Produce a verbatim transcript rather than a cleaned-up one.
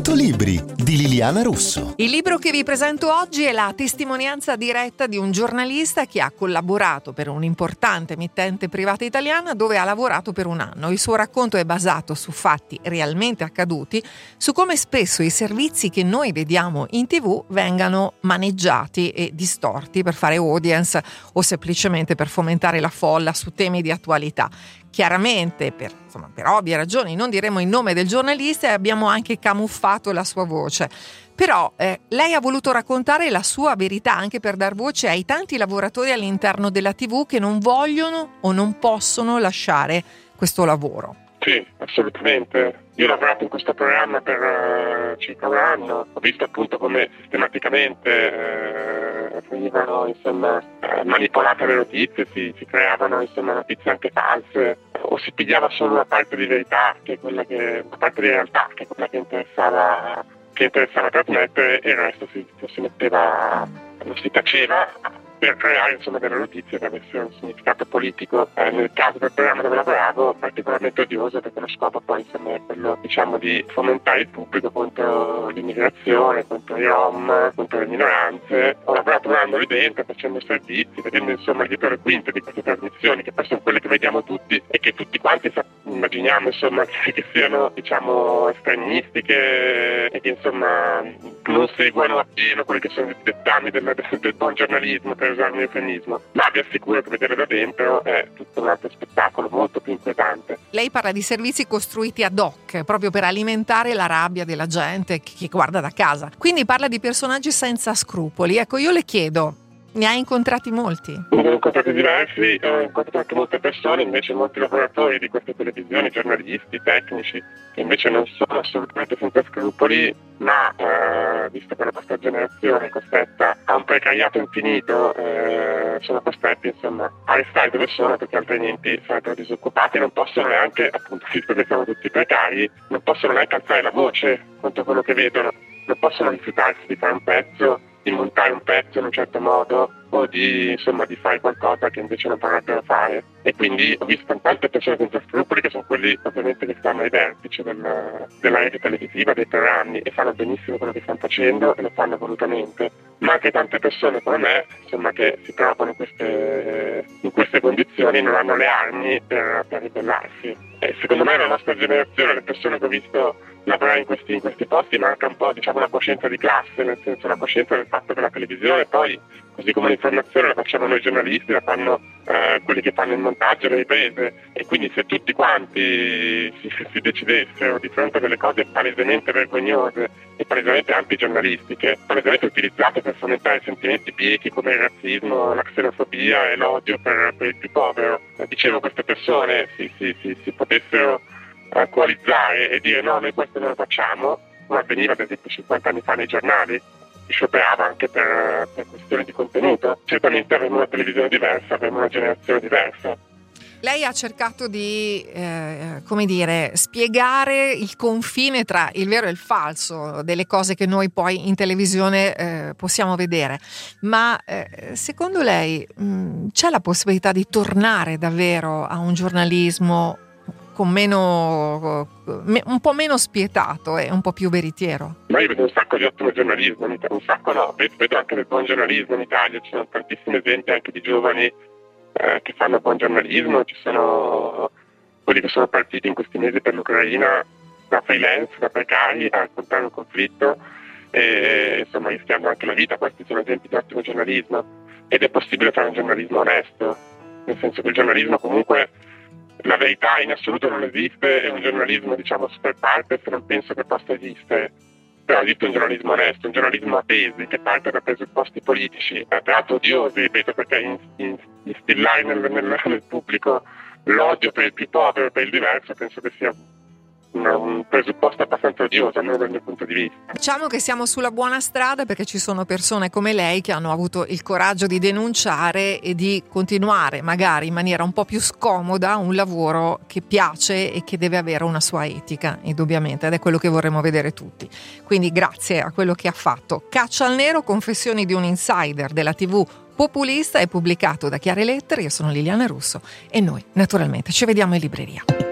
cento libri di Liliana Russo. Il libro che vi presento oggi è la testimonianza diretta di un giornalista che ha collaborato per un'importante emittente privata italiana dove ha lavorato per un anno. Il suo racconto è basato su fatti realmente accaduti, su come spesso i servizi che noi vediamo in tivù vengano maneggiati e distorti per fare audience o semplicemente per fomentare la folla su temi di attualità. Chiaramente, per, insomma, per ovvie ragioni, non diremo il nome del giornalista e abbiamo anche camuffato la sua voce. Però eh, lei ha voluto raccontare la sua verità anche per dar voce ai tanti lavoratori all'interno della tivù che non vogliono o non possono lasciare questo lavoro. Sì, assolutamente. Io ho lavorato in questo programma per uh, circa un anno, ho visto appunto come sistematicamente uh, venivano insomma uh, manipolate le notizie, si, si creavano insomma notizie anche false o si pigliava solo una parte di verità, che è quella che, una parte di realtà che è quella che interessava, che interessava trasmettere, e il resto si, si metteva, lo si taceva per creare insomma delle notizie che avessero un significato politico. Eh, nel caso del programma dove lavoravo particolarmente odioso, perché lo scopo poi insomma è quello diciamo di fomentare il pubblico contro l'immigrazione, contro i rom, contro le minoranze. Ho lavorato un anno lì dentro facendo servizi, vedendo insomma il dietro le quinte di queste trasmissioni che poi sono quelle che vediamo tutti e che tutti quanti immaginiamo insomma che, che siano diciamo estremistiche e che insomma non seguono appieno quelli che sono i dettami del, del, del buon giornalismo, per usare un eufemismo, ma vi assicuro che vedere da dentro è tutto un altro spettacolo molto più inquietante. Lei parla di servizi costruiti ad hoc proprio per alimentare la rabbia della gente che guarda da casa, quindi parla di personaggi senza scrupoli. Ecco, io le chiedo, ne ha incontrati molti? Ne ho incontrati diversi, ho incontrato anche molte persone, invece molti lavoratori di queste televisioni, giornalisti, tecnici, che invece non sono assolutamente senza scrupoli, ma eh, visto che la nostra generazione è costretta a un precariato infinito, eh, sono costretti insomma a restare dove sono, perché altrimenti sarebbero disoccupati e non possono neanche, appunto, visto che siamo tutti precari, non possono neanche alzare la voce contro quello che vedono, non possono rifiutarsi di fare un pezzo, di montare un pezzo in un certo modo o di insomma di fare qualcosa che invece non vorrebbero fare. E quindi ho visto tante persone senza scrupoli, che sono quelli ovviamente che stanno ai vertici del, della rete televisiva, dei programmi, e fanno benissimo quello che stanno facendo e lo fanno volutamente, ma anche tante persone come me insomma che si trovano in queste, in queste condizioni e non hanno le armi per, per ribellarsi. E secondo me la nostra generazione, le persone che ho visto lavorare in questi, in questi posti, manca un po' diciamo la coscienza di classe, nel senso la coscienza del fatto che la televisione poi, così come l'informazione la facciamo noi giornalisti, la fanno eh, quelli che fanno il montaggio e le riprese, e quindi se tutti quanti si, si decidessero di fronte a delle cose palesemente vergognose e palesemente antigiornalistiche, palesemente utilizzate per fomentare sentimenti biechi come il razzismo, la xenofobia e l'odio per, per il più povero, eh, dicevo, queste persone si, si, si, si potessero uh, coalizzare e dire no, noi questo non lo facciamo, come avveniva ad esempio cinquanta anni fa nei giornali, si scioperava anche per, per questioni di contenuto. Certamente avremo una televisione diversa, avremo una generazione diversa. Lei ha cercato di, eh, come dire, spiegare il confine tra il vero e il falso delle cose che noi poi in televisione eh, possiamo vedere. Ma eh, secondo lei mh, c'è la possibilità di tornare davvero a un giornalismo con meno, un po' meno spietato e un po' più veritiero? Ma io vedo un sacco di ottimo giornalismo, un sacco no, vedo anche del buon giornalismo in Italia, ci sono tantissimi esempi anche di giovani eh, che fanno buon giornalismo, ci sono quelli che sono partiti in questi mesi per l'Ucraina da freelance, da precari, a raccontare un conflitto e insomma rischiando anche la vita. Questi sono esempi di ottimo giornalismo, ed è possibile fare un giornalismo onesto, nel senso che il giornalismo comunque, la verità in assoluto non esiste, è un giornalismo diciamo super partes, non penso che possa esistere, però esiste un giornalismo onesto, un giornalismo a tesi che parte da presupposti politici, tra l'altro odiosi, ripeto, perché in, in, instillare nel, nel, nel pubblico l'odio per il più povero, per il diverso, penso che sia un presupposto abbastanza odioso, almeno dal mio punto di vista. Diciamo che siamo sulla buona strada, perché ci sono persone come lei che hanno avuto il coraggio di denunciare e di continuare magari in maniera un po' più scomoda un lavoro che piace e che deve avere una sua etica, indubbiamente, ed è quello che vorremmo vedere tutti. Quindi grazie a quello che ha fatto. Caccia al nero, confessioni di un insider della tivù populista, è pubblicato da Chiare Lettere. Io sono Liliana Russo e noi naturalmente ci vediamo in libreria.